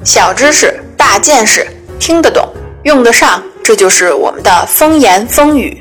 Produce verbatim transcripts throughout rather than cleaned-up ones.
小知识，大见识，听得懂，用得上，这就是我们的风言风语。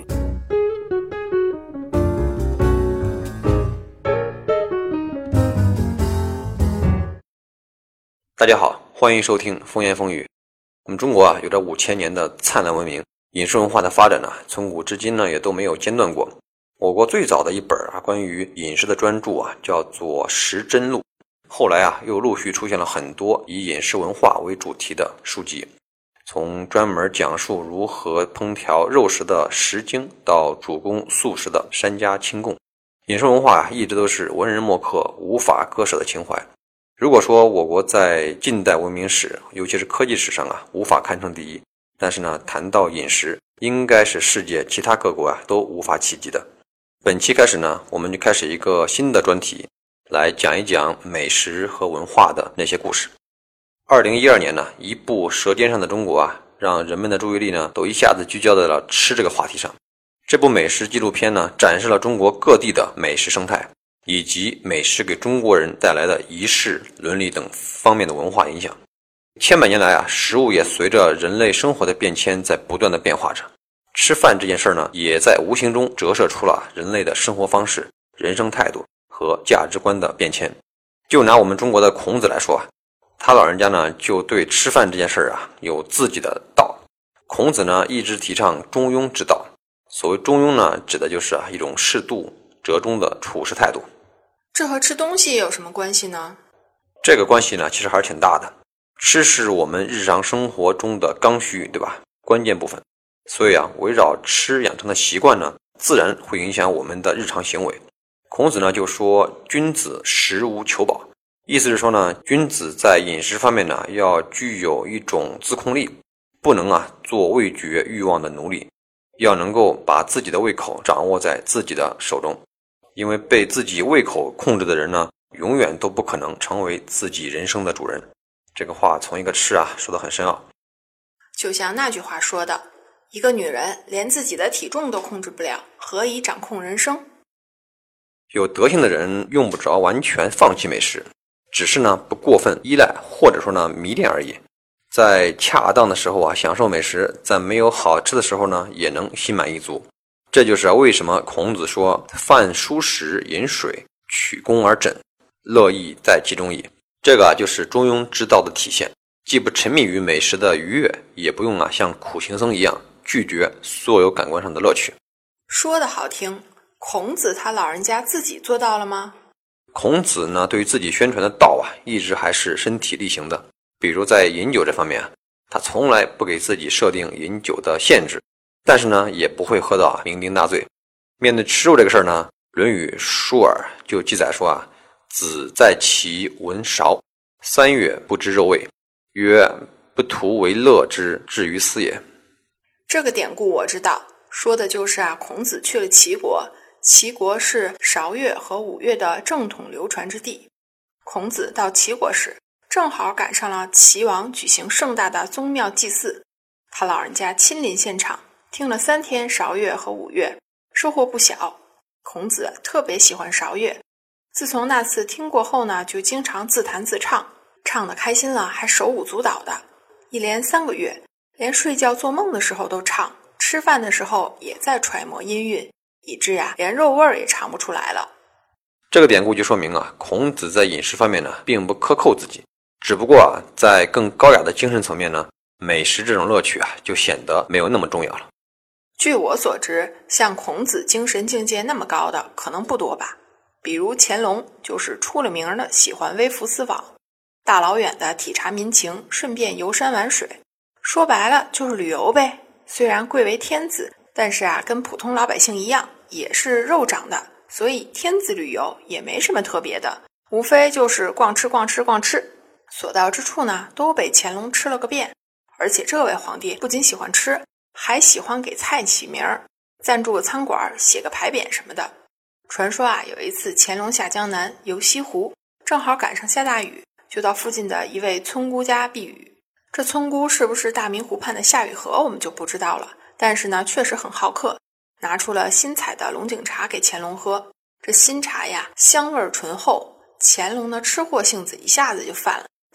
大家好，欢迎收听风言风语。我们中国啊，有着五千年的灿烂文明，饮食文化的发展呢，从古至今呢，也都没有间断过。我国最早的一本啊，关于饮食的专著啊，叫做《食珍录》。后来啊，又陆续出现了很多以饮食文化为主题的书籍，从专门讲述如何烹调肉食的《食经》到主攻素食的《山家清供》。饮食文化啊，一直都是文人墨客无法割舍的情怀。如果说我国在近代文明史，尤其是科技史上啊，无法堪称第一，但是呢，谈到饮食，应该是世界其他各国啊都无法企及的。本期开始呢，我们就开始一个新的专题，来讲一讲美食和文化的那些故事。二零一二年呢，一部《舌尖上的中国》啊，让人们的注意力呢都一下子聚焦在了吃这个话题上。这部美食纪录片呢，展示了中国各地的美食生态，以及美食给中国人带来的仪式、伦理等方面的文化影响。千百年来啊，食物也随着人类生活的变迁在不断的变化着。吃饭这件事呢，也在无形中折射出了人类的生活方式、人生态度和价值观的变迁。就拿我们中国的孔子来说啊，他老人家呢就对吃饭这件事啊有自己的道。孔子呢一直提倡中庸之道。所谓中庸呢，指的就是啊一种适度折中的处事态度。 这和吃东西有什么关系呢？ 这个关系呢其实还是挺大的。吃是我们日常生活中的刚需，对吧？关键部分。所以啊，围绕吃养成的习惯呢，自然会影响我们的日常行为。孔子呢就说，君子食无求饱，意思是说呢，君子在饮食方面呢要具有一种自控力，不能啊做味觉欲望的奴隶，要能够把自己的胃口掌握在自己的手中。因为被自己胃口控制的人呢，永远都不可能成为自己人生的主人。这个话从一个吃啊说得很深奥。 就像那句话说的，一个女人连自己的体重都控制不了，何以掌控人生？ 有德行的人用不着完全放弃美食，只是呢不过分依赖，或者说呢迷恋而已。在恰当的时候啊享受美食，在没有好吃的时候呢也能心满意足。这就是为什么孔子说饭疏食饮水，取功而枕，乐亦在其中矣。这个啊就是中庸之道的体现，既不沉迷于美食的愉悦，也不用啊像苦行僧一样拒绝所有感官上的乐趣。 说得好听，孔子他老人家自己做到了吗？ 孔子呢对于自己宣传的道啊，一直还是身体力行的。比如在饮酒这方面啊，他从来不给自己设定饮酒的限制，但是呢也不会喝到啊酩酊大醉。面对吃肉这个事儿呢，论语述尔就记载说啊，子在其闻韶，三月不知肉味，曰不图为乐之至于斯也。 这个典故我知道，说的就是啊，孔子去了齐国，齐国是韶乐和五月的正统流传之地。孔子到齐国时，正好赶上了齐王举行盛大的宗庙祭祀，他老人家亲临现场，听了三天韶乐和五乐，收获不小。孔子特别喜欢韶乐，自从那次听过后呢，就经常自弹自唱，唱得开心了还手舞足蹈的，一连三个月，连睡觉做梦的时候都唱，吃饭的时候也在揣摩音韵，以致啊连肉味儿也尝不出来了。 这个典故就说明啊，孔子在饮食方面呢并不克扣自己，只不过啊在更高雅的精神层面呢，美食这种乐趣啊就显得没有那么重要了。 据我所知，像孔子精神境界那么高的可能不多吧。比如乾隆就是出了名的喜欢微服私访，大老远的体察民情，顺便游山玩水，说白了就是旅游呗。虽然贵为天子，但是啊跟普通老百姓一样，也是肉长的，所以天子旅游也没什么特别的，无非就是逛吃逛吃逛吃，所到之处呢都被乾隆吃了个遍。而且这位皇帝不仅喜欢吃，还喜欢给菜起名儿，赞助个餐馆，写个牌匾什么的。传说啊，有一次乾隆下江南游西湖，正好赶上下大雨，就到附近的一位村姑家避雨。这村姑是不是大明湖畔的夏雨荷我们就不知道了，但是呢确实很好客，拿出了新采的龙井茶给乾隆喝。这新茶呀香味醇厚，乾隆的吃货性子一下子就犯了，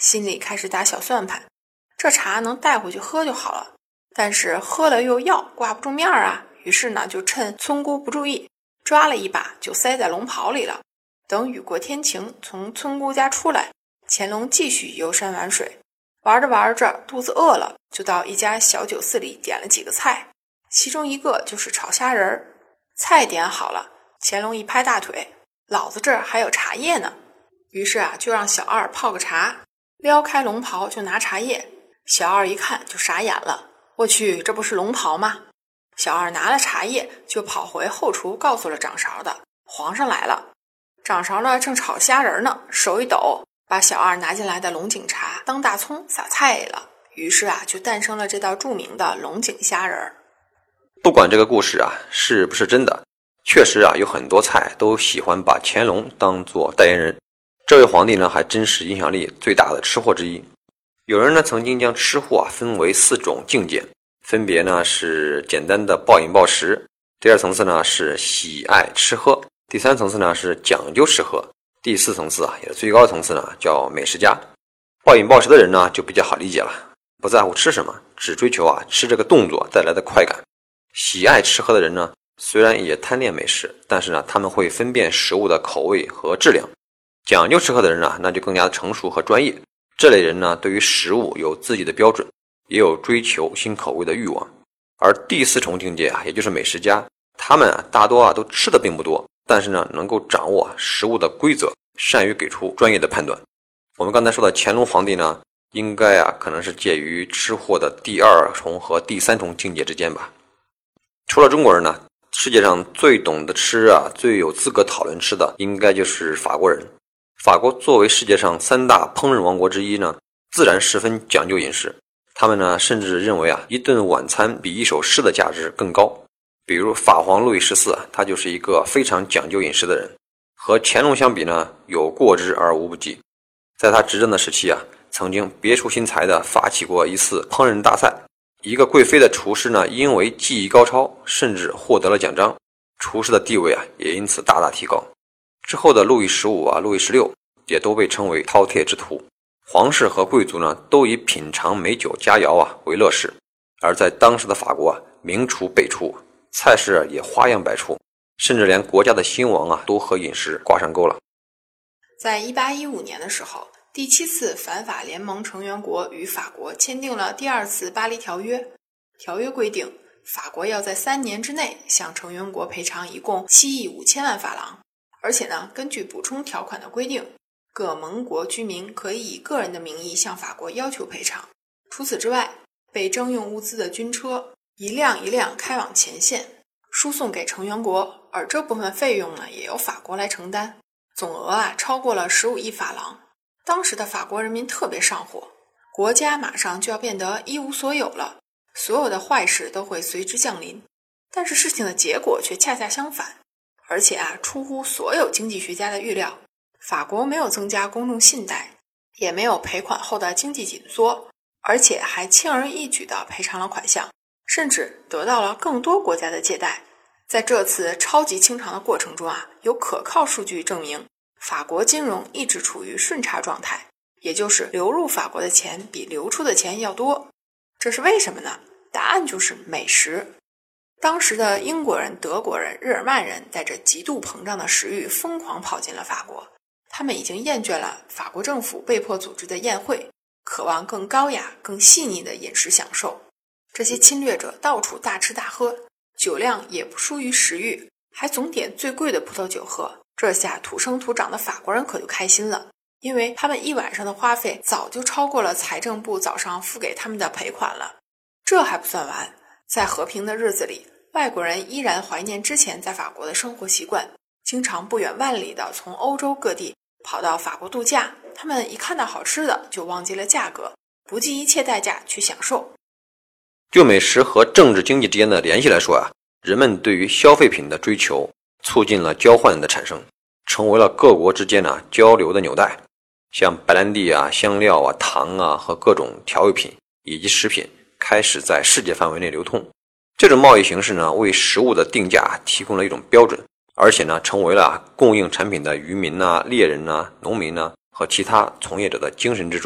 心里开始打小算盘，这茶能带回去喝就好了，但是喝了又要，挂不住面啊。于是呢，就趁村姑不注意，抓了一把就塞在龙袍里了。等雨过天晴，从村姑家出来，乾隆继续游山玩水，玩着玩着肚子饿了，就到一家小酒肆里点了几个菜，其中一个就是炒虾仁儿。菜点好了，乾隆一拍大腿，老子这儿还有茶叶呢。于是啊，就让小二泡个茶，撩开龙袍就拿茶叶。小二一看就傻眼了，我去，这不是龙袍吗？小二拿了茶叶就跑回后厨告诉了掌勺的，皇上来了。掌勺呢正炒虾仁呢，手一抖，把小二拿进来的龙井茶当大葱撒菜了。于是啊，就诞生了这道著名的龙井虾仁。 不管这个故事啊是不是真的，确实啊有很多菜都喜欢把乾隆当作代言人。这位皇帝呢还真是影响力最大的吃货之一。有人呢曾经将吃货啊分为四种境界，分别呢是简单的暴饮暴食，第二层次呢是喜爱吃喝，第三层次呢是讲究吃喝，第四层次啊也是最高的层次呢叫美食家。暴饮暴食的人呢就比较好理解了，不在乎吃什么，只追求啊吃这个动作带来的快感。喜爱吃喝的人呢虽然也贪恋美食，但是呢他们会分辨食物的口味和质量。讲究吃喝的人呢那就更加成熟和专业，这类人呢对于食物有自己的标准，也有追求新口味的欲望。而第四重境界啊也就是美食家，他们啊大多啊都吃的并不多，但是呢能够掌握食物的规则，善于给出专业的判断。我们刚才说的乾隆皇帝呢应该啊可能是介于吃货的第二重和第三重境界之间吧。除了中国人呢，世界上最懂得吃啊最有资格讨论吃的应该就是法国人。法国作为世界上三大烹饪王国之一呢，自然十分讲究饮食。他们呢甚至认为啊一顿晚餐比一首诗的价值更高。比如法皇路易十四啊，他就是一个非常讲究饮食的人，和乾隆相比呢有过之而无不及。在他执政的时期啊，曾经别出心裁地发起过一次烹饪大赛，一个贵妃的厨师呢因为技艺高超，甚至获得了奖章，厨师的地位啊也因此大大提高。之后的路易十五啊、路易十六也都被称为饕餮之徒。皇室和贵族呢都以品尝美酒佳肴啊为乐事，而在当时的法国啊，名厨辈出，菜式也花样百出，甚至连国家的兴亡啊都和饮食挂上钩了。 在一八一五年的时候，第七次反法联盟成员国与法国签订了第二次巴黎条约。条约规定，法国要在三年之内向成员国赔偿一共七亿五千万法郎，而且呢，根据补充条款的规定，各盟国居民可以以个人的名义向法国要求赔偿。除此之外，被征用物资的军车一辆一辆开往前线，输送给成员国，而这部分费用呢，也由法国来承担。总额啊，超过了十五亿法郎。当时的法国人民特别上火，国家马上就要变得一无所有了，所有的坏事都会随之降临。但是事情的结果却恰恰相反，而且啊，出乎所有经济学家的预料，法国没有增加公众信贷，也没有赔款后的经济紧缩，而且还轻而易举地赔偿了款项，甚至得到了更多国家的借贷。在这次超级清偿的过程中啊，有可靠数据证明，法国金融一直处于顺差状态，也就是流入法国的钱比流出的钱要多。这是为什么呢？答案就是美食。当时的英国人、德国人、日耳曼人带着极度膨胀的食欲疯狂跑进了法国，他们已经厌倦了法国政府被迫组织的宴会，渴望更高雅、更细腻的饮食享受。这些侵略者到处大吃大喝，酒量也不输于食欲，还总点最贵的葡萄酒喝。这下土生土长的法国人可就开心了，因为他们一晚上的花费早就超过了财政部早上付给他们的赔款了。这还不算完，在和平的日子里，外国人依然怀念之前在法国的生活习惯，经常不远万里的从欧洲各地跑到法国度假。他们一看到好吃的就忘记了价格，不计一切代价去享受。 就美食和政治经济之间的联系来说啊，人们对于消费品的追求促进了交换的产生，成为了各国之间啊交流的纽带。像白兰地啊、香料啊、糖啊和各种调味品以及食品开始在世界范围内流通。这种贸易形式呢，为食物的定价提供了一种标准，而且呢，成为了供应产品的渔民啊、猎人啊、农民啊和其他从业者的精神支柱，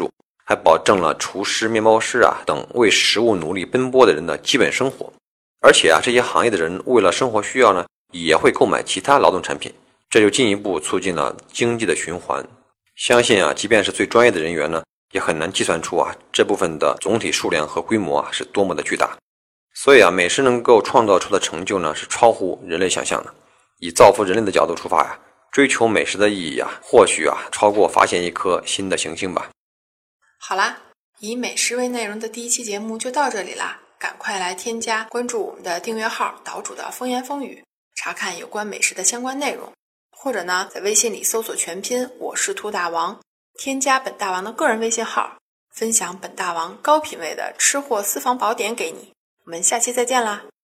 还保证了厨师、面包师啊等为食物努力奔波的人的基本生活。而且啊，这些行业的人为了生活需要呢，也会购买其他劳动产品，这就进一步促进了经济的循环。相信啊，即便是最专业的人员呢，也很难计算出啊这部分的总体数量和规模啊是多么的巨大。所以啊，美食能够创造出的成就呢，是超乎人类想象的。以造福人类的角度出发呀，追求美食的意义啊，或许啊超过发现一颗新的行星吧。 好啦，以美食为内容的第一期节目就到这里啦，赶快来添加关注我们的订阅号岛主的风言风语，查看有关美食的相关内容。或者呢，在微信里搜索全拼我是兔大王，添加本大王的个人微信号，分享本大王高品位的吃货私房宝典给你。我们下期再见啦！